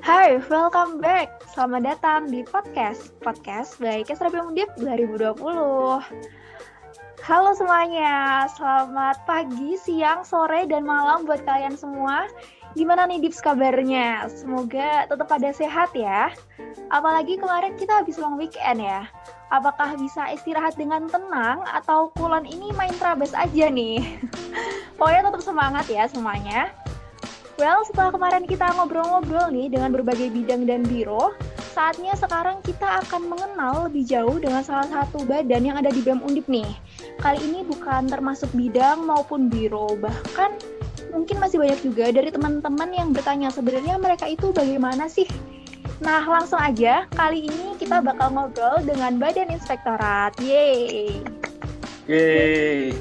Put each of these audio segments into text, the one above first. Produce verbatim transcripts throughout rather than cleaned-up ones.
Hai, welcome back. Selamat datang di podcast Podcast by Kesra Undip dua ribu dua puluh. Halo semuanya, selamat pagi, siang, sore, dan malam buat kalian semua. Gimana nih Dips kabarnya? Semoga tetap pada sehat ya. Apalagi kemarin kita habis long weekend ya. Apakah bisa istirahat dengan tenang atau kulon ini main terabas aja nih? Pokoknya tetap semangat ya semuanya. Well, setelah kemarin kita ngobrol-ngobrol nih dengan berbagai bidang dan biro, saatnya sekarang kita akan mengenal lebih jauh dengan salah satu badan yang ada di B E M Undip nih. Kali ini bukan termasuk bidang maupun biro, bahkan mungkin masih banyak juga dari teman-teman yang bertanya sebenarnya mereka itu bagaimana sih? Nah, langsung aja, kali ini kita bakal ngobrol dengan Badan Inspektorat. Yeay! Yeay!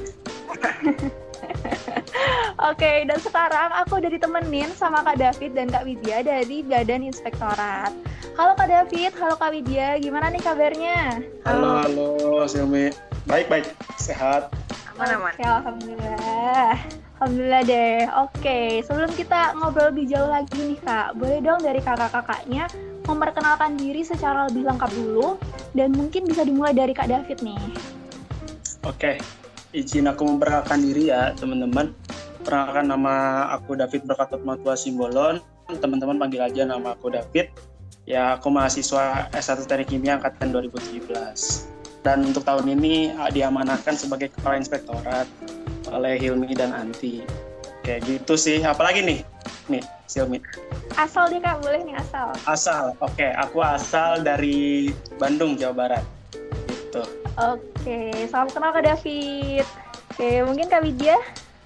Oke, dan sekarang aku udah ditemenin sama Kak David dan Kak Widya dari Badan Inspektorat. Halo Kak David, halo Kak Widya, gimana nih kabarnya? Halo, halo, Silmi. Baik-baik, sehat. Aman-aman. Oke, alhamdulillah. Alhamdulillah deh. Oke, sebelum kita ngobrol lebih jauh lagi nih Kak, boleh dong dari kakak-kakaknya memperkenalkan diri secara lebih lengkap dulu, dan mungkin bisa dimulai dari Kak David nih. Oke, izin aku memperkenalkan diri ya teman-teman. Perkenalkan, nama aku David Berkat Matua Simbolon. Teman-teman panggil aja nama aku David. Ya, aku mahasiswa S satu Teknik Kimia angkatan dua ribu tujuh belas. Dan untuk tahun ini diamanahkan sebagai Kepala Inspektorat oleh Hilmi dan Anti. Kayak gitu sih. Apalagi nih? Nih, Silmi. Asal deh Kak, boleh nih asal. Asal. Oke, aku asal dari Bandung, Jawa Barat. Gitu. Oke, salam kenal Kak David. Oke, mungkin Kak Widya?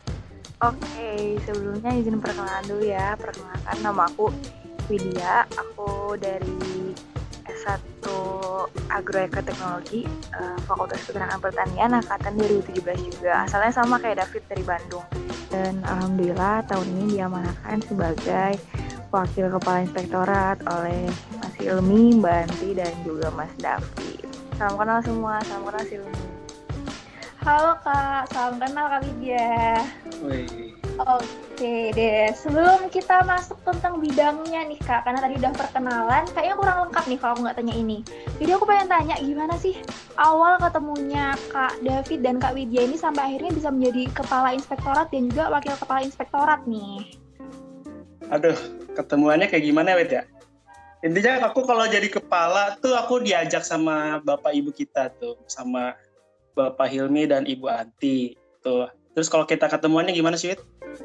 Oke, sebelumnya izin perkenalan dulu ya. Perkenalkan, nama aku Widya. Aku dari S satu Agroekoteknologi, uh, Fakultas Peternakan Pertanian, angkatan dua ribu tujuh belas juga. Asalnya sama kayak David dari Bandung. Dan alhamdulillah tahun ini diamanahkan sebagai Wakil Kepala Inspektorat oleh Mas Ilmi, Mbak Anti, dan juga Mas David. Salam kenal semua, salam kenal Silmi. Halo Kak, salam kenal Kak Widya. Wih. Oke deh, sebelum kita masuk tentang bidangnya nih Kak, karena tadi udah perkenalan, kayaknya kurang lengkap nih kalau aku nggak tanya ini. Jadi aku pengen tanya, gimana sih awal ketemunya Kak David dan Kak Widya ini sampai akhirnya bisa menjadi Kepala Inspektorat dan juga Wakil Kepala Inspektorat nih? Aduh, ketemuannya kayak gimana Wid ya? Intinya aku kalau jadi kepala tuh aku diajak sama bapak ibu kita tuh, sama Bapak Hilmi dan Ibu Anti tuh. Terus kalau kita ketemuannya gimana sih, Wid?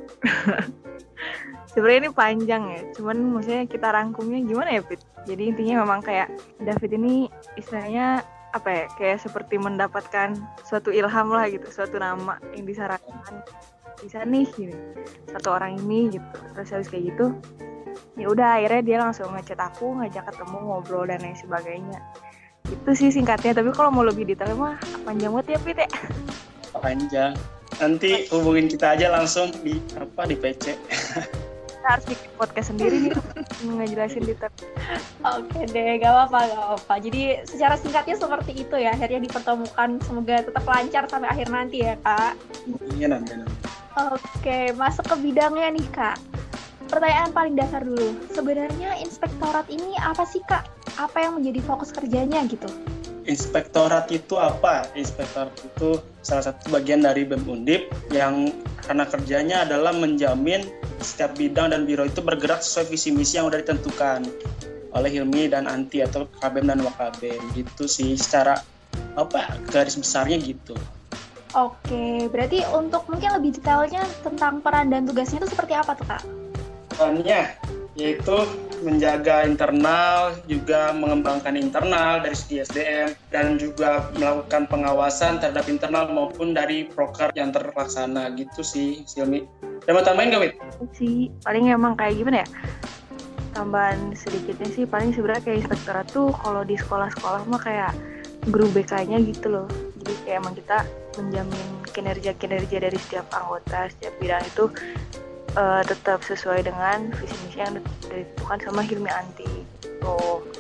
Sebenarnya ini panjang ya, cuman maksudnya kita rangkumnya gimana ya, Fit? Jadi intinya memang kayak David ini istilahnya apa ya, kayak seperti mendapatkan suatu ilham lah gitu, suatu nama yang disarankan bisa nih gitu, satu orang ini gitu. Terus habis kayak gitu, ya udah akhirnya dia langsung ngechat aku, ngajak ketemu, ngobrol dan lain sebagainya. Itu sih singkatnya, tapi kalau mau lebih detail mah panjang banget ya, Fit ya. Panjang. Nanti hubungin kita aja langsung di apa di P C. Kita harus bikin podcast sendiri nih ngejelasin detail. Oke deh, gak apa-apa, gak apa-apa. Jadi secara singkatnya seperti itu ya, akhirnya dipertemukan. Semoga tetap lancar sampai akhir nanti ya Kak. Iya nanti nanti. Oke, masuk ke bidangnya nih Kak. Pertanyaan paling dasar dulu, sebenarnya inspektorat ini apa sih Kak? Apa yang menjadi fokus kerjanya gitu? Inspektorat itu apa? Inspektorat itu salah satu bagian dari B E M Undip yang karena kerjanya adalah menjamin setiap bidang dan biro itu bergerak sesuai visi misi yang sudah ditentukan oleh Hilmi dan Anti atau K B M dan Wakabem gitu sih, secara apa garis besarnya gitu. Oke, berarti untuk mungkin lebih detailnya tentang peran dan tugasnya itu seperti apa tuh Kak? Perannya yaitu menjaga internal, juga mengembangkan internal dari segi S D M, dan juga melakukan pengawasan terhadap internal maupun dari proker yang terlaksana gitu sih, Silmi. Ada mau tambahin nggak, Wid? Sih, paling emang kayak gimana ya? Tambahan sedikitnya sih, paling sebenarnya kayak inspektorat tuh kalau di sekolah-sekolah mah kayak guru B K-nya gitu loh. Jadi kayak emang kita menjamin kinerja-kinerja dari setiap anggota, setiap bidang itu Uh, tetap sesuai dengan visi misi yang ditentukan sama Hilmi Anti gitu.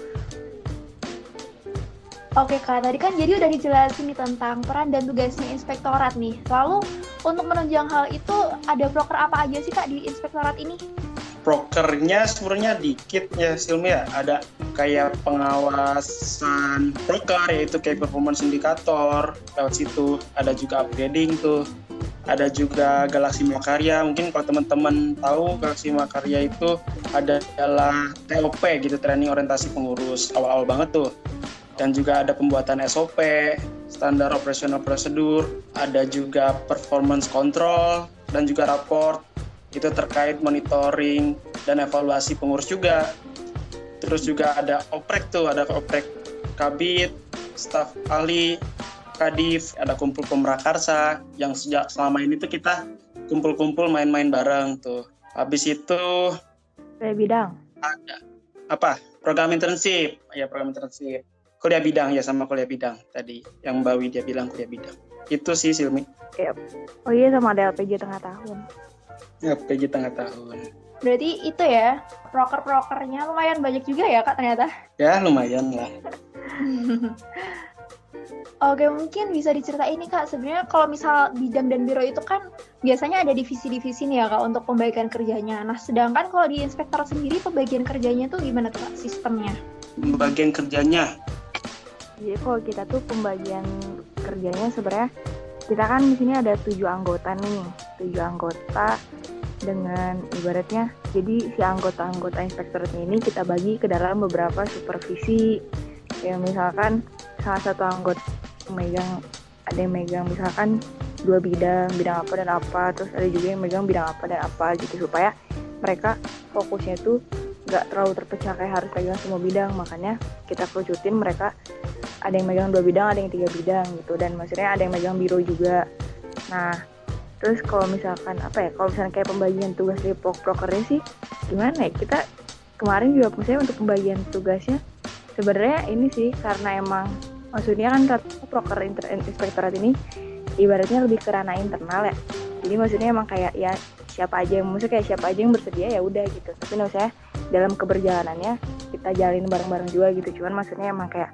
Oke Kak, tadi kan jadi udah dijelasin nih tentang peran dan tugasnya inspektorat nih. Lalu untuk menunjang hal itu ada proker apa aja sih Kak di inspektorat ini? prokernya sebenarnya dikit ya Silmi ya. Ada kayak pengawasan proker, yaitu kayak performance indikator lewat situ. Ada juga upgrading tuh. Ada juga Galaxy Makarya. Mungkin kalau teman-teman tahu Galaxy Makarya itu adalah T O P gitu, training orientasi pengurus awal-awal banget tuh. Dan juga ada pembuatan S O P, standar operational prosedur, ada juga performance control dan juga raport. Itu terkait monitoring dan evaluasi pengurus juga. Terus juga ada oprek tuh, ada oprek kabit, staf ahli, kadif, ada kumpul pemrakarsa yang sejak selama ini tuh kita kumpul-kumpul main-main bareng tuh. Habis itu Kuliah bidang. ada apa? Program internship, ya program internship. Kuliah bidang ya, sama kuliah bidang tadi yang Mbak Widya bilang kuliah bidang. Itu sih Silmi. Yep. Oh iya, sama ada L P J tengah tahun. Ya, P J tengah tahun. Berarti itu ya, proker-prokernya lumayan banyak juga ya Kak ternyata. Ya lumayan lah. Oke, mungkin bisa diceritain nih Kak, sebenarnya kalau misal bidang dan biro itu kan biasanya ada divisi-divisi nih ya Kak untuk pembagian kerjanya. Nah, sedangkan kalau di inspektorat sendiri pembagian kerjanya tuh gimana tuh Kak sistemnya? Pembagian kerjanya. Jadi kalau kita tuh pembagian kerjanya sebenarnya kita kan di sini ada tujuh anggota nih, tujuh anggota dengan ibaratnya jadi si anggota-anggota inspektorat ini kita bagi ke dalam beberapa supervisi. Ya misalkan salah satu anggota megang, ada yang megang misalkan dua bidang, bidang apa dan apa, terus ada juga yang megang bidang apa dan apa gitu, supaya mereka fokusnya tuh nggak terlalu terpecah kayak harus pegang semua bidang. Makanya kita kerucutin mereka, ada yang megang dua bidang, ada yang tiga bidang gitu, dan maksudnya ada yang megang biro juga. Nah terus kalau misalkan apa ya, kalau misalnya kayak pembagian tugas dari prokernya sih gimana ya, kita kemarin juga maksudnya untuk pembagian tugasnya sebenarnya ini sih karena emang maksudnya kan proker inspektorat ini ibaratnya lebih ke ranah internal ya, jadi maksudnya emang kayak ya siapa aja yang maksudnya kayak siapa aja yang bersedia ya udah gitu, tapi maksudnya dalam keberjalanannya kita jalin bareng-bareng juga gitu. Cuman maksudnya emang kayak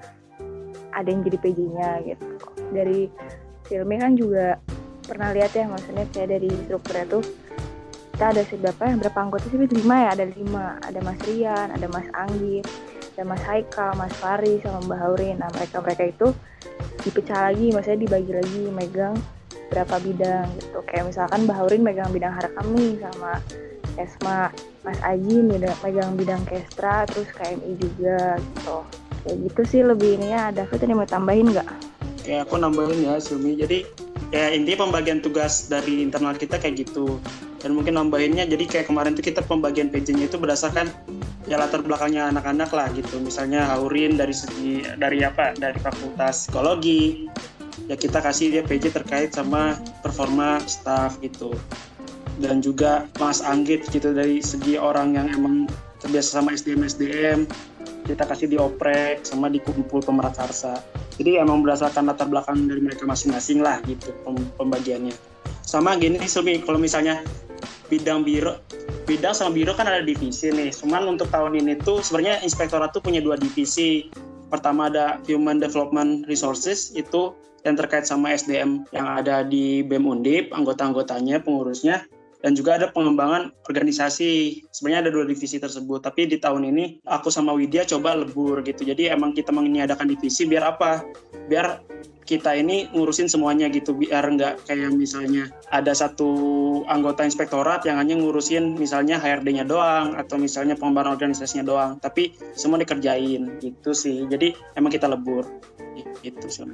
ada yang jadi P J-nya gitu. Dari Silmi kan juga pernah lihat ya, maksudnya kayak dari strukturnya tuh kita ada berapa ya, berapa anggota sih? Lima ya, ada lima. Ada Mas Rian, ada Mas Anggit, ada Mas Haikal, Mas Fari, sama Mbak Haurin. Nah mereka-mereka itu dipecah lagi, maksudnya dibagi lagi megang berapa bidang gitu. Kayak misalkan Mbak Haurin megang bidang harakam nih, sama Esma, Mas Aji megang bidang kestra, terus K M I juga gitu. Kayak gitu sih lebih ini ya. Ada David yang mau tambahin nggak? Kayak aku nambahin ya Silmi. Jadi ya intinya pembagian tugas dari internal kita kayak gitu. Dan mungkin nambahinnya, jadi kayak kemarin tuh kita pembagian P J-nya itu berdasarkan ya latar belakangnya anak-anak lah gitu. Misalnya Haurin dari segi dari apa? Dari Fakultas Psikologi. Ya kita kasih dia P J terkait sama performa staff gitu. Dan juga Mas Anggit gitu dari segi orang yang emang terbiasa sama S D M S D M, kita kasih di oprek sama di kumpul pemrakarsa. Jadi emang berdasarkan latar belakang dari mereka masing-masing lah gitu pembagiannya. Sama gini Silmi, kalau misalnya bidang biro, bidang sama biro kan ada divisi nih. Cuman untuk tahun ini tuh sebenarnya inspektorat tuh punya dua divisi. Pertama ada Human Development Resources, itu yang terkait sama S D M yang ada di B E M Undip, anggota-anggotanya, pengurusnya. Dan juga ada pengembangan organisasi. Sebenarnya ada dua divisi tersebut. Tapi di tahun ini aku sama Widya coba lebur gitu. Jadi emang kita meniadakan divisi biar apa? Biar kita ini ngurusin semuanya gitu. Biar nggak kayak misalnya ada satu anggota inspektorat yang hanya ngurusin misalnya H R D-nya doang. Atau misalnya pengembangan organisasinya doang. Tapi semua dikerjain gitu sih. Jadi emang kita lebur. Gitu sih.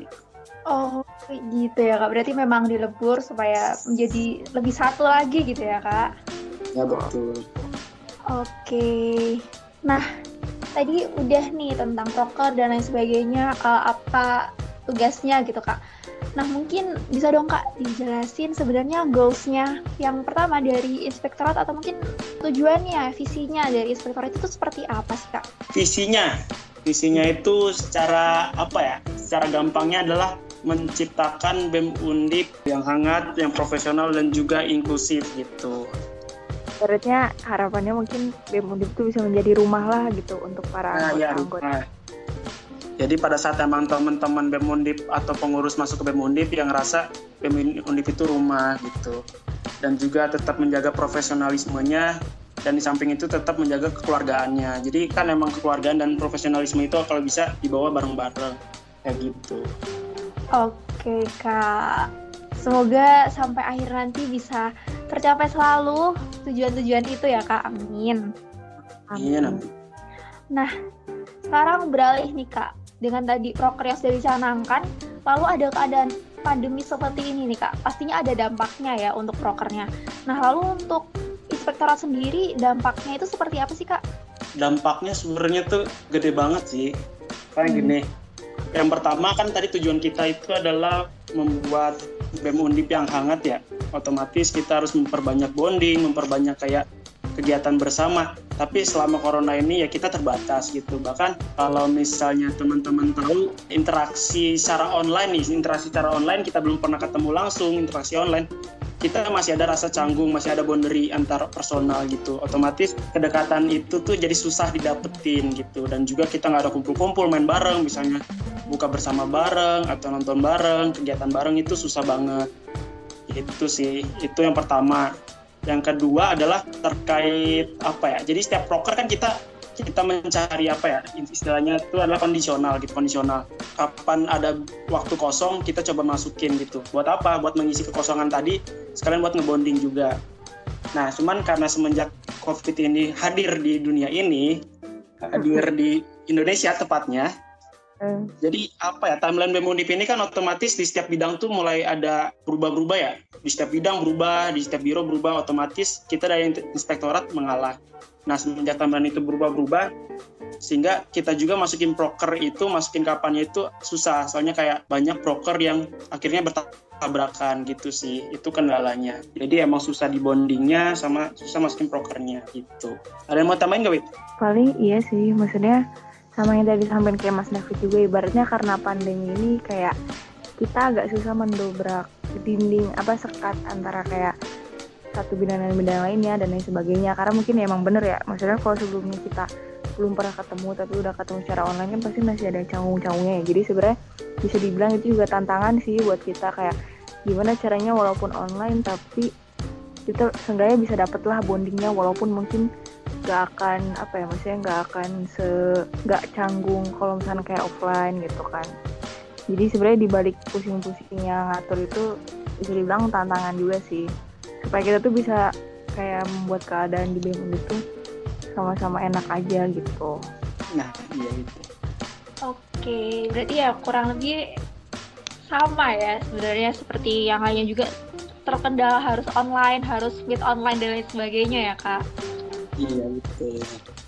Oh gitu ya Kak, berarti memang dilebur supaya menjadi lebih satu lagi gitu ya Kak? Ya betul. Oke, nah tadi udah nih tentang proker dan lain sebagainya, uh, apa tugasnya gitu Kak. Nah mungkin bisa dong Kak dijelasin sebenarnya goals-nya yang pertama dari inspektorat, atau mungkin tujuannya, visinya dari inspektorat itu seperti apa sih Kak? Visinya, visinya itu secara apa ya, secara gampangnya adalah menciptakan B E M Undip yang hangat, yang profesional dan juga inklusif gitu. Menurutnya harapannya mungkin B E M Undip itu bisa menjadi rumah lah gitu untuk para nah, anggota. Ya, jadi pada saat emang teman-teman B E M Undip atau pengurus masuk ke B E M Undip yang ngerasa B E M Undip itu rumah gitu, dan juga tetap menjaga profesionalismenya dan di samping itu tetap menjaga kekeluargaannya. Jadi kan emang kekeluargaan dan profesionalisme itu kalau bisa dibawa bareng-bareng kayak gitu. Oke Kak, semoga sampai akhir nanti bisa tercapai selalu tujuan-tujuan itu ya Kak, amin. Amin. Nah, sekarang beralih nih Kak, dengan tadi proker yang sudah dicanangkan, lalu ada keadaan pandemi seperti ini nih Kak, pastinya ada dampaknya ya untuk prokernya. Nah, lalu untuk Inspektorat sendiri dampaknya itu seperti apa sih Kak? Dampaknya sebenarnya tuh gede banget sih. Kayak hmm. gini, yang pertama kan tadi tujuan kita itu adalah membuat B E M Undip yang hangat ya. Otomatis kita harus memperbanyak bonding, memperbanyak kayak kegiatan bersama. Tapi selama corona ini ya kita terbatas gitu. Bahkan kalau misalnya teman-teman tahu interaksi secara online nih, interaksi secara online kita belum pernah ketemu langsung, interaksi online. Kita masih ada rasa canggung, masih ada boundary antar personal gitu. Otomatis kedekatan itu tuh jadi susah didapetin gitu. Dan juga kita nggak ada kumpul-kumpul main bareng, misalnya buka bersama bareng atau nonton bareng, kegiatan bareng itu susah banget. Itu sih, itu yang pertama. Yang kedua adalah terkait apa ya? Jadi setiap proker kan kita kita mencari apa ya? Istilahnya itu adalah kondisional gitu, kondisional. Kapan ada waktu kosong kita coba masukin gitu. Buat apa? Buat mengisi kekosongan tadi, sekalian buat ngebonding juga. Nah, cuman karena semenjak COVID ini hadir di dunia ini, hadir di Indonesia tepatnya, Hmm. Jadi apa ya, timeline B E M Undip ini kan otomatis di setiap bidang tuh mulai ada berubah-berubah ya. Di setiap bidang berubah, di setiap biro berubah, otomatis kita dari inspektorat mengalah. Nah semenjak timeline itu berubah-berubah, sehingga kita juga masukin proker itu, masukin kapannya itu susah. Soalnya kayak banyak proker yang akhirnya bertabrakan gitu sih, itu kendalanya. Jadi emang susah di bondingnya sama susah masukin prokernya gitu. Ada yang mau tambahin nggak, Wit? Paling iya sih, maksudnya sama yang tadi disampaikan kayak Mas David juga, ibaratnya karena pandemi ini kayak kita agak susah mendobrak dinding apa sekat antara kayak satu bidang dan bidang lainnya dan lain sebagainya, karena mungkin ya emang bener ya, maksudnya kalau sebelumnya kita belum pernah ketemu tapi udah ketemu secara online kan pasti masih ada canggung-canggungnya ya. Jadi sebenarnya bisa dibilang itu juga tantangan sih buat kita, kayak gimana caranya walaupun online tapi kita seenggaknya bisa dapet lah bondingnya, walaupun mungkin gak akan apa ya, maksudnya gak akan se gak canggung kalau misalnya kayak offline gitu kan. Jadi sebenarnya dibalik pusing-pusingnya ngatur itu bisa dibilang tantangan juga sih, supaya kita tuh bisa kayak membuat keadaan di B E M Undip itu sama-sama enak aja gitu. Nah iya gitu. Oke, berarti ya kurang lebih sama ya sebenarnya seperti yang lainnya juga, terkendala harus online, harus meet online dan lain sebagainya ya Kak. Iya betul.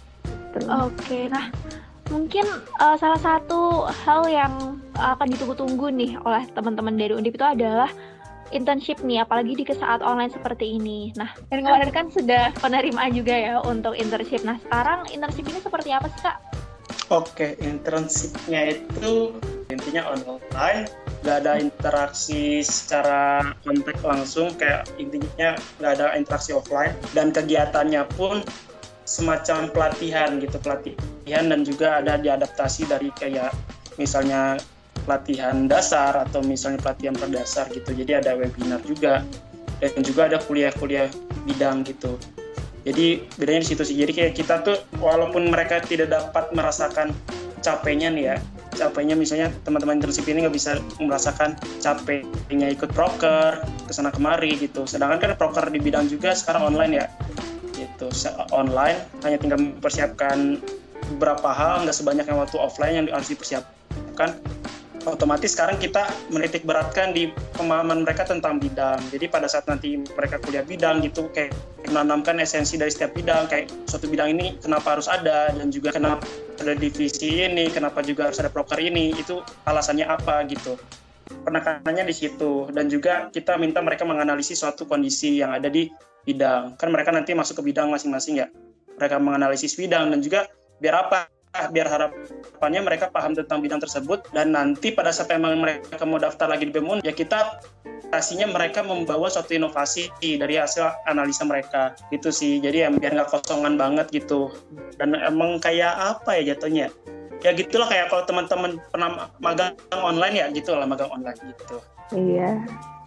Oke, nah mungkin uh, salah satu hal yang akan ditunggu-tunggu nih oleh teman-teman dari Undip itu adalah internship nih, apalagi di saat online seperti ini. Nah, dan kemarin kan sudah penerimaan juga ya untuk internship. Nah, sekarang internship ini seperti apa sih Kak? Oke, internshipnya itu intinya online, nggak ada interaksi secara kontak langsung, kayak intinya nggak ada interaksi offline, dan kegiatannya pun semacam pelatihan gitu, pelatihan dan juga ada diadaptasi dari kayak misalnya pelatihan dasar atau misalnya pelatihan berdasar gitu. Jadi ada webinar juga dan juga ada kuliah-kuliah bidang gitu. Jadi bedanya di situ sih. Jadi kayak kita tuh walaupun mereka tidak dapat merasakan capeknya nih ya, capeknya misalnya teman-teman internship ini nggak bisa merasakan capeknya ikut proker kesana kemari gitu. Sedangkan kan proker di bidang juga sekarang online ya, gitu. Online hanya tinggal mempersiapkan beberapa hal, nggak sebanyak yang waktu offline yang harus dipersiapkan. Otomatis sekarang kita menitik beratkan di pemahaman mereka tentang bidang. Jadi pada saat nanti mereka kuliah bidang gitu, kayak menanamkan esensi dari setiap bidang, kayak suatu bidang ini kenapa harus ada, dan juga kenapa ada divisi ini, kenapa juga harus ada proker ini, itu alasannya apa gitu. Penekanannya di situ. Dan juga kita minta mereka menganalisis suatu kondisi yang ada di bidang. Kan mereka nanti masuk ke bidang masing-masing ya. Mereka menganalisis bidang dan juga biar apa? Biar harapannya mereka paham tentang bidang tersebut, dan nanti pada saat memang mereka mau daftar lagi di B E M U N, ya kita pastinya mereka membawa suatu inovasi dari hasil analisa mereka gitu sih. Jadi ya biar nggak kosongan banget gitu, dan emang kayak apa ya jatuhnya ya gitulah, kayak kalau teman-teman pernah magang online ya gitulah, magang online gitu. Iya.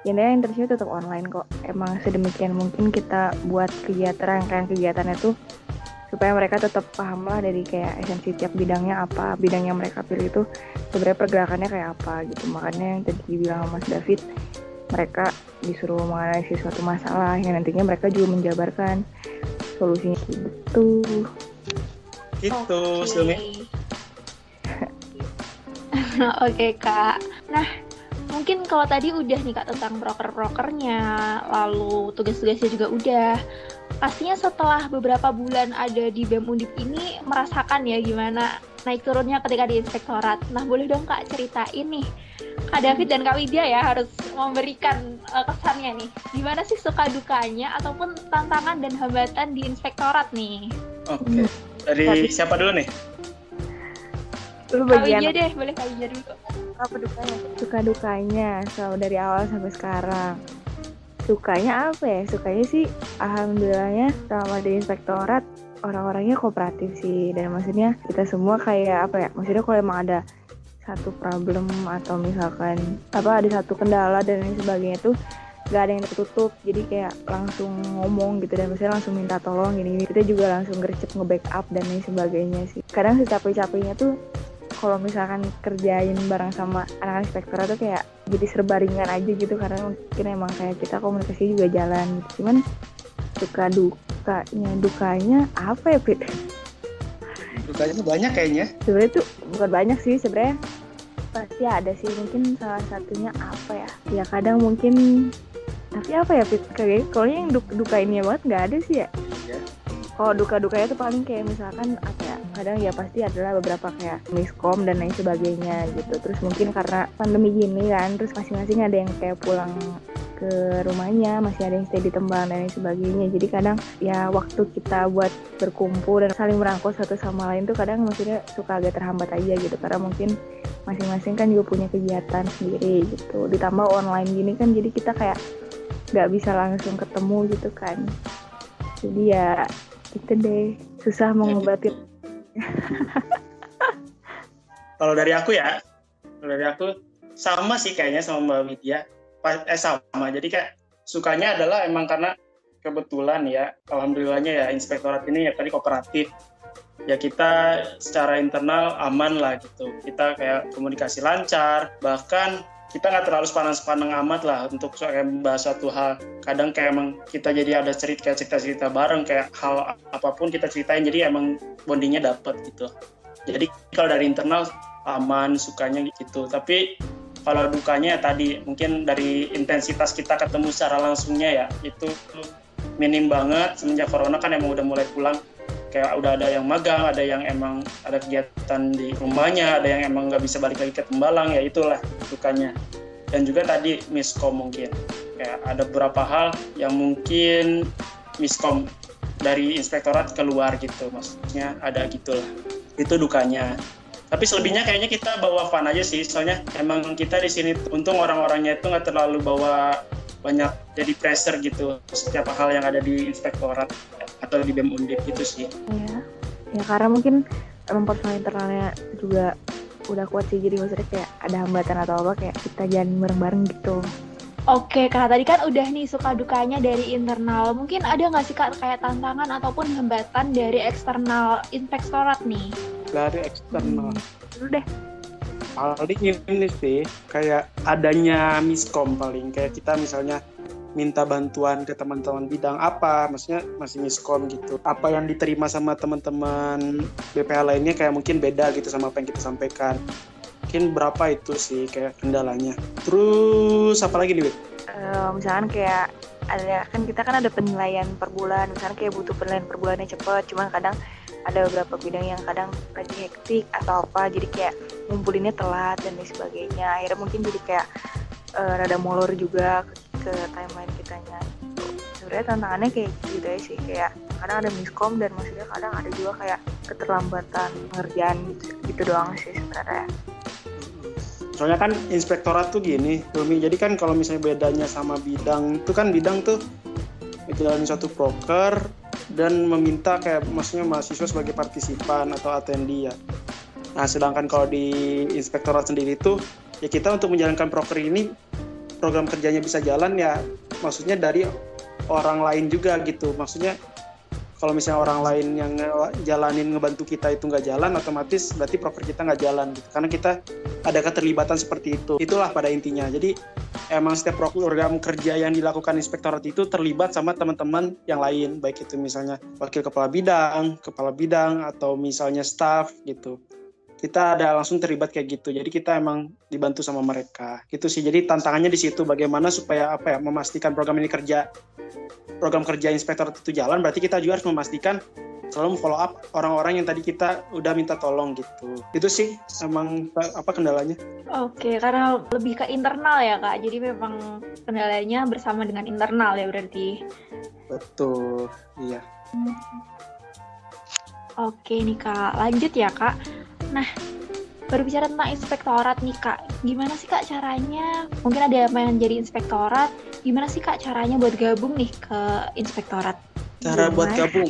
Ya intinya internship tetap online kok. Emang sedemikian mungkin kita buat kegiatan rangkaian kegiatannya tuh supaya mereka tetap paham lah dari kayak esensi tiap bidangnya apa, bidang yang mereka pilih itu sebenarnya pergerakannya kayak apa gitu. Makanya yang tadi dibilang Mas David, mereka disuruh menganalisis suatu masalah yang nantinya mereka juga menjabarkan solusinya gitu. Gitu, Oke. Sumi. Oke Kak. Nah, mungkin kalau tadi udah nih Kak tentang broker-brokernya, lalu tugas-tugasnya juga udah. Pastinya setelah beberapa bulan ada di B E M Undip ini merasakan ya gimana naik turunnya ketika di inspektorat. Nah, boleh dong Kak ceritain nih. Kak David dan Kak Widya ya harus memberikan uh, kesannya nih. Gimana sih suka dukanya ataupun tantangan dan hambatan di inspektorat nih? Oke. Dari siapa dulu nih? Lu Kak bagian Widya deh, boleh Kak Widya dulu. apa dukanya? Suka dukanya so dari awal sampai sekarang. Sukanya apa ya? Sukanya sih alhamdulillahnya selama di inspektorat orang-orangnya kooperatif sih, dan maksudnya kita semua kayak apa ya? Maksudnya kalau emang ada satu problem atau misalkan apa ada satu kendala dan lain sebagainya tuh gak ada yang tertutup, jadi kayak langsung ngomong gitu dan maksudnya langsung minta tolong gini, kita juga langsung gercep nge-backup dan lain sebagainya sih. Kadang secapek-capeknya tuh kalau misalkan kerjain bareng sama anak-anak inspektorat tuh kayak jadi serba ringan aja gitu, karena mungkin emang kayak kita komunikasi juga jalan gitu. Cuman suka dukanya dukanya apa ya Prit? Dukanya banyak kayaknya. Sebenarnya tuh bukan banyak sih sebenarnya, pasti ada sih. Mungkin salah satunya apa ya? Ya kadang mungkin, tapi apa ya Prit? Kayak kalau yang duk- dukainnya banget nggak ada sih ya. Iya. Kalau duka-dukanya tuh paling kayak misalkan apa ya? Kadang ya pasti adalah beberapa kayak miskom dan lain sebagainya gitu. Terus mungkin karena pandemi gini kan, terus masing-masing ada yang kayak pulang ke rumahnya, masih ada yang stay di Tembang dan lain sebagainya. Jadi kadang ya waktu kita buat berkumpul dan saling merangkul satu sama lain tuh kadang maksudnya suka agak terhambat aja gitu, karena mungkin masing-masing kan juga punya kegiatan sendiri gitu. Ditambah online gini kan, jadi kita kayak nggak bisa langsung ketemu gitu kan. Jadi ya gitu deh, susah mengobatin. Kalau dari aku ya, kalau dari aku sama sih kayaknya sama Mbak Widya. Eh sama, jadi kayak sukanya adalah emang karena kebetulan ya, alhamdulillahnya ya inspektorat ini ya tadi kooperatif. Ya kita secara internal aman lah gitu. Kita kayak komunikasi lancar, bahkan kita nggak terlalu sepanang-sepanang amat lah untuk kayak membahas suatu hal. Kadang kayak emang kita jadi ada cerita cerita-cerita bareng, kayak hal apapun kita ceritain, jadi emang bondingnya dapet gitu. Jadi kalau dari internal aman, sukanya gitu. Tapi kalau dukanya tadi mungkin dari intensitas kita ketemu secara langsungnya ya, itu minim banget. Semenjak corona kan emang udah mulai pulang, kayak udah ada yang magang, ada yang emang ada kegiatan di rumahnya, ada yang emang nggak bisa balik lagi ke Tembalang, ya itulah dukanya. Dan juga tadi miskom mungkin, kayak ada beberapa hal yang mungkin miskom dari inspektorat keluar gitu, maksudnya ada gitulah, itu dukanya. Tapi selebihnya kayaknya kita bawa fun aja sih, soalnya emang kita di sini untung orang-orangnya itu nggak terlalu bawa banyak jadi pressure gitu setiap hal yang ada di inspektorat atau di B E M Undip gitu sih. Ya, ya karena mungkin emang personal internalnya juga udah kuat sih, jadi maksudnya kayak ada hambatan atau apa kayak kita jalan bareng-bareng gitu. Oke Kak, tadi kan udah nih suka dukanya dari internal. Mungkin ada nggak sih Kak kayak tantangan ataupun hambatan dari eksternal inspektorat nih? Dari eksternal. Dulu deh. Paling ini sih, kayak adanya miskom paling. Kayak kita misalnya minta bantuan ke teman-teman bidang apa, maksudnya masih miskom gitu. Apa yang diterima sama teman-teman B P H lainnya kayak mungkin beda gitu sama apa yang kita sampaikan. Mungkin berapa itu sih kayak kendalanya. Terus apa lagi nih, Wit? Uh, misalkan kayak ada kan kita kan ada penilaian per bulan, misalkan kayak butuh penilaian per bulannya cepet, cuman kadang ada beberapa bidang yang kadang lagi hektik atau apa, jadi kayak ngumpulinnya telat dan lain sebagainya. Akhirnya mungkin jadi kayak uh, rada molor juga ke, ke timeline kitanya gitu. Sebenarnya tantangannya kayak gitu aja sih, kayak kadang ada miskom dan maksudnya kadang ada juga kayak keterlambatan pengerjaan gitu, gitu doang sih sebenarnya. Soalnya kan inspektorat tuh gini, Rumi. Jadi kan kalau misalnya bedanya sama bidang, itu kan bidang tuh menjalani suatu proker dan meminta kayak maksudnya mahasiswa sebagai partisipan atau attendee ya. Nah sedangkan kalau di inspektorat sendiri tuh ya kita untuk menjalankan proker ini program kerjanya bisa jalan ya maksudnya dari orang lain juga gitu. Maksudnya kalau misalnya orang lain yang jalanin ngebantu kita itu nggak jalan, otomatis berarti proker kita nggak jalan gitu. Karena kita ada keterlibatan seperti itu. Itulah pada intinya. Jadi emang setiap program kerja yang dilakukan inspektorat itu terlibat sama teman-teman yang lain, baik itu misalnya wakil kepala bidang, kepala bidang, atau misalnya staff gitu. Kita ada langsung terlibat kayak gitu. Jadi kita emang dibantu sama mereka. Gitu sih. Jadi tantangannya di situ bagaimana supaya apa ya memastikan program ini kerja program kerja inspektorat itu jalan, berarti kita juga harus memastikan selalu follow up orang-orang yang tadi kita udah minta tolong gitu. Itu sih emang apa kendalanya. Oke, karena lebih ke internal ya Kak. Jadi memang kendalanya bersama dengan internal ya berarti. Betul, iya. Oke nih Kak, lanjut ya Kak. Nah, berbicara tentang inspektorat nih Kak, gimana sih Kak caranya? Mungkin ada yang jadi inspektorat, gimana sih Kak caranya buat gabung nih ke inspektorat? Cara gimana? Buat gabung?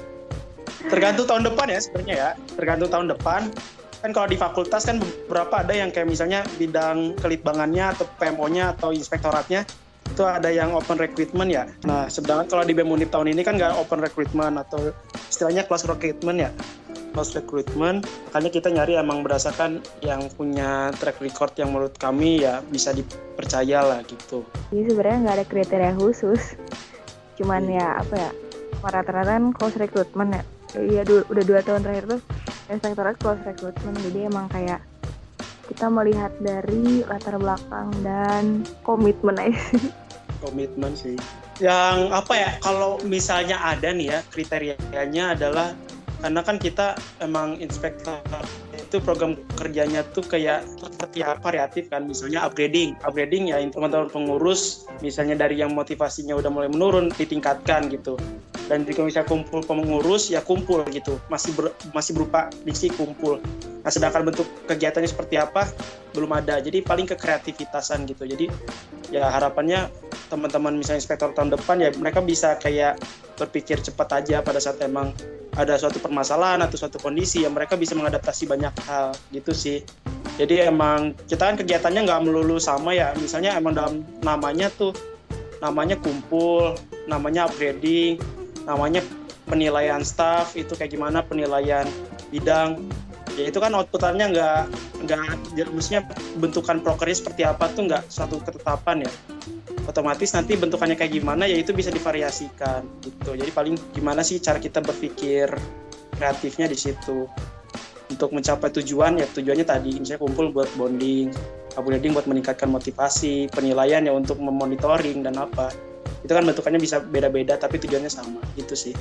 Tergantung tahun depan ya sebenarnya ya. Tergantung tahun depan. Kan kalau di fakultas kan beberapa ada yang kayak misalnya bidang kelitbangannya atau P M O-nya atau inspektoratnya itu ada yang open recruitment ya. Nah, sedangkan kalau di B E M Undip tahun ini kan nggak open recruitment atau istilahnya close recruitment ya. Close recruitment, makanya kita nyari emang berdasarkan yang punya track record yang menurut kami ya bisa dipercaya lah gitu. Jadi sebenarnya nggak ada kriteria khusus, cuman hmm. ya apa ya, rata-rata kan close recruitment ya. Iya udah dua tahun terakhir tuh inspektorat close recruitment, jadi emang kayak kita melihat dari latar belakang dan komitmen aja. Komitmen sih. Yang apa ya, kalau misalnya ada nih ya kriterianya adalah karena kan kita emang inspektor itu program kerjanya tuh kayak seperti variatif kan, misalnya upgrading upgrading ya teman-teman pengurus misalnya dari yang motivasinya udah mulai menurun ditingkatkan gitu, dan jika misalnya kumpul pengurus ya kumpul gitu, masih ber, masih berupa diksi kumpul. Nah sedangkan bentuk kegiatannya seperti apa belum ada, jadi paling ke kreativitasan gitu. Jadi ya harapannya teman-teman misalnya inspektor tahun depan ya mereka bisa kayak berpikir cepat aja pada saat emang ada suatu permasalahan atau suatu kondisi yang mereka bisa mengadaptasi banyak hal gitu sih. Jadi emang kita kan kegiatannya nggak melulu sama ya, misalnya emang dalam namanya tuh namanya kumpul, namanya upgrading, namanya penilaian staff itu kayak gimana, penilaian bidang ya itu kan outputannya nggak nggak maksudnya bentukan prokernya seperti apa tuh nggak satu ketetapan ya, otomatis nanti bentukannya kayak gimana ya itu bisa divariasikan gitu. Jadi paling gimana sih cara kita berpikir kreatifnya di situ untuk mencapai tujuan ya, tujuannya tadi misalnya kumpul buat bonding, upgrading buat meningkatkan motivasi, penilaian ya untuk memonitoring dan apa itu kan bentukannya bisa beda-beda tapi tujuannya sama gitu sih.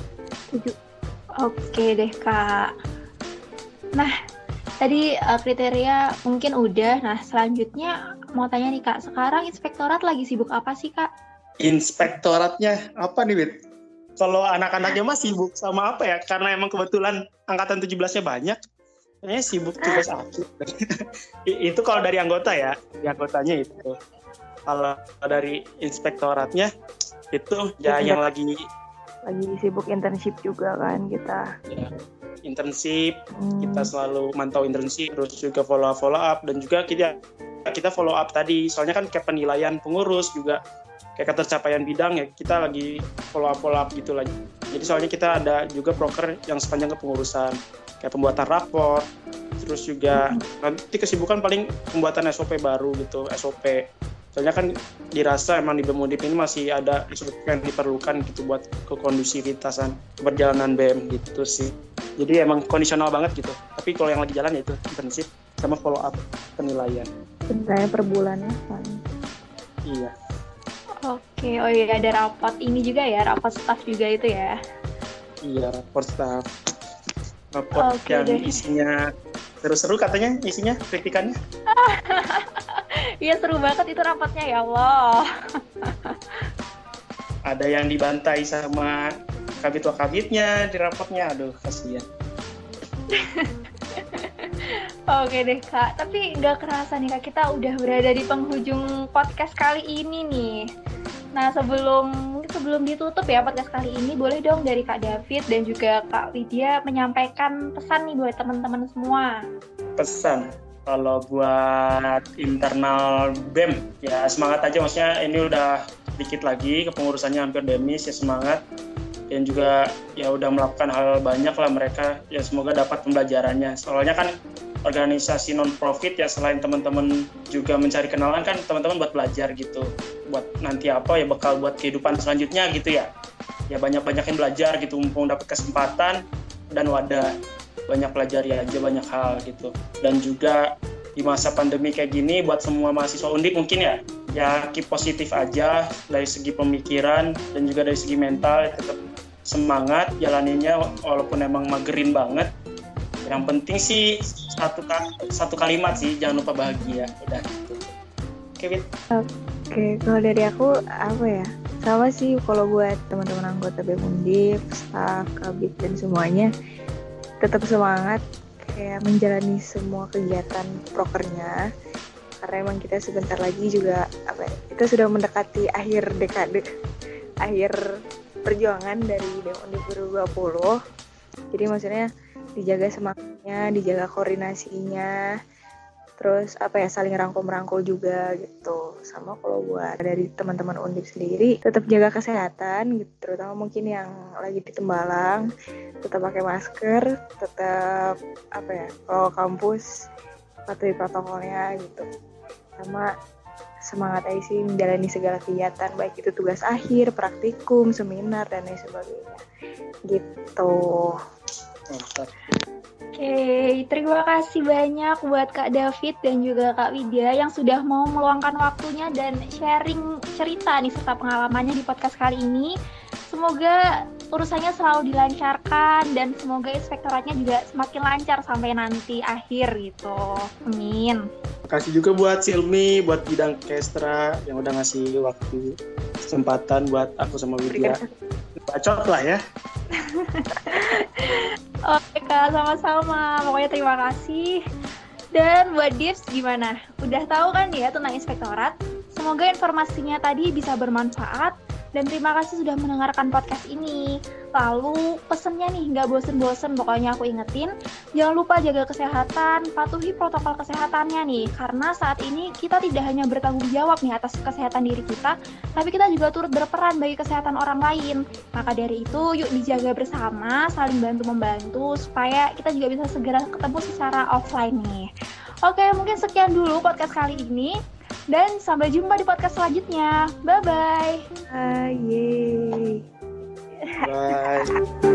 Oke deh Kak. Nah, tadi uh, kriteria mungkin udah. Nah, selanjutnya mau tanya nih Kak, sekarang inspektorat lagi sibuk apa sih Kak? Inspektoratnya apa nih, Wit? Kalau anak-anaknya mah sibuk sama apa ya? Karena emang kebetulan angkatan tujuh belasnya banyak, kayaknya sibuk tugas akhir. Itu kalau dari anggota ya, di anggotanya itu. Kalau dari inspektoratnya itu ya yang lagi lagi sibuk internship juga kan kita. Ya. Internship, hmm. kita selalu mantau internship, terus juga follow up follow up dan juga kita kita follow up tadi, soalnya kan kayak penilaian pengurus juga kayak ketercapaian bidang ya kita lagi follow up follow up gitu lagi. Jadi soalnya kita ada juga proker yang sepanjang kepengurusan kayak pembuatan rapor, terus juga hmm. nanti kesibukan paling pembuatan S O P baru gitu, S O P. Soalnya kan dirasa emang di B E M Undip ini masih ada S O P yang diperlukan gitu buat kekondusivitasan perjalanan B E M gitu sih. Jadi emang kondisional banget gitu. Tapi kalau yang lagi jalan ya itu internship sama follow up penilaian. Penilaian per bulannya kan. Iya. Oke, oh iya ada rapat ini juga ya, rapat staff juga itu ya. Iya, rapat staff. Rapat Oke, yang deh. isinya seru-seru katanya isinya kritikannya. Iya seru banget itu rapatnya ya Allah. Ada yang dibantai sama kabit-wakabitnya di rapatnya, aduh kasihan. Oke deh Kak, tapi nggak kerasa nih Kak, kita udah berada di penghujung podcast kali ini nih. Nah sebelum sebelum ditutup ya podcast kali ini, boleh dong dari Kak David dan juga Kak Widya menyampaikan pesan nih buat teman-teman semua. Pesan? Kalau buat internal B E M, ya semangat aja, maksudnya ini udah dikit lagi kepengurusannya hampir demis, ya semangat. Dan juga ya udah melakukan hal banyak lah mereka, ya semoga dapat pembelajarannya. Soalnya kan organisasi non-profit ya, selain teman-teman juga mencari kenalan kan teman-teman buat belajar gitu. Buat nanti apa ya, bekal buat kehidupan selanjutnya gitu ya. Ya banyak-banyakin belajar gitu, mumpung dapat kesempatan dan wadah. Banyak pelajari aja banyak hal gitu. Dan juga di masa pandemi kayak gini buat semua mahasiswa Undip mungkin ya ya keep positif aja dari segi pemikiran dan juga dari segi mental, tetap semangat jalaninnya walaupun emang magerin banget. Yang penting sih satu satu kalimat sih, jangan lupa bahagia. Udah gitu. Oke, Wit. Oke, kalau dari aku apa ya? Sama sih kalau buat teman-teman anggota B E M Undip, staf, kabit dan semuanya, tetap semangat kayak menjalani semua kegiatan prokernya, karena emang kita sebentar lagi juga apa ya, kita sudah mendekati akhir dekade, akhir perjuangan dari B E M Undip dua ribu dua puluh. Jadi maksudnya dijaga semangatnya, dijaga koordinasinya, terus apa ya, saling rangkul-merangkul juga gitu. Sama kalau buat dari teman-teman Undip sendiri, tetap jaga kesehatan gitu, terutama mungkin yang lagi di Tembalang, tetap pakai masker, tetap apa ya, kalau kampus patuhi protokolnya gitu. Sama semangat aja sih menjalani segala kegiatan, baik itu tugas akhir, praktikum, seminar dan lain sebagainya gitu. Mantap. Oke, terima kasih banyak buat Kak David dan juga Kak Widya yang sudah mau meluangkan waktunya dan sharing cerita nih serta pengalamannya di podcast kali ini. Semoga urusannya selalu dilancarkan dan semoga inspektoratnya juga semakin lancar sampai nanti akhir gitu. Amin. Makasih juga buat Silmi, buat bidang Kestra yang udah ngasih waktu, kesempatan buat aku sama Widya. Bacot lah ya. Oke Kak, sama-sama. Pokoknya terima kasih. Dan buat Divs gimana? Udah tahu kan ya tentang inspektorat? Semoga informasinya tadi bisa bermanfaat. Dan terima kasih sudah mendengarkan podcast ini. Lalu pesennya nih, nggak bosen-bosen pokoknya aku ingetin. Jangan lupa jaga kesehatan, patuhi protokol kesehatannya nih. Karena saat ini kita tidak hanya bertanggung jawab nih atas kesehatan diri kita, tapi kita juga turut berperan bagi kesehatan orang lain. Maka dari itu, yuk dijaga bersama, saling bantu-membantu, supaya kita juga bisa segera ketemu secara offline nih. Oke, mungkin sekian dulu podcast kali ini. Dan sampai jumpa di podcast selanjutnya. Bye-bye. Ah, yeay. Bye.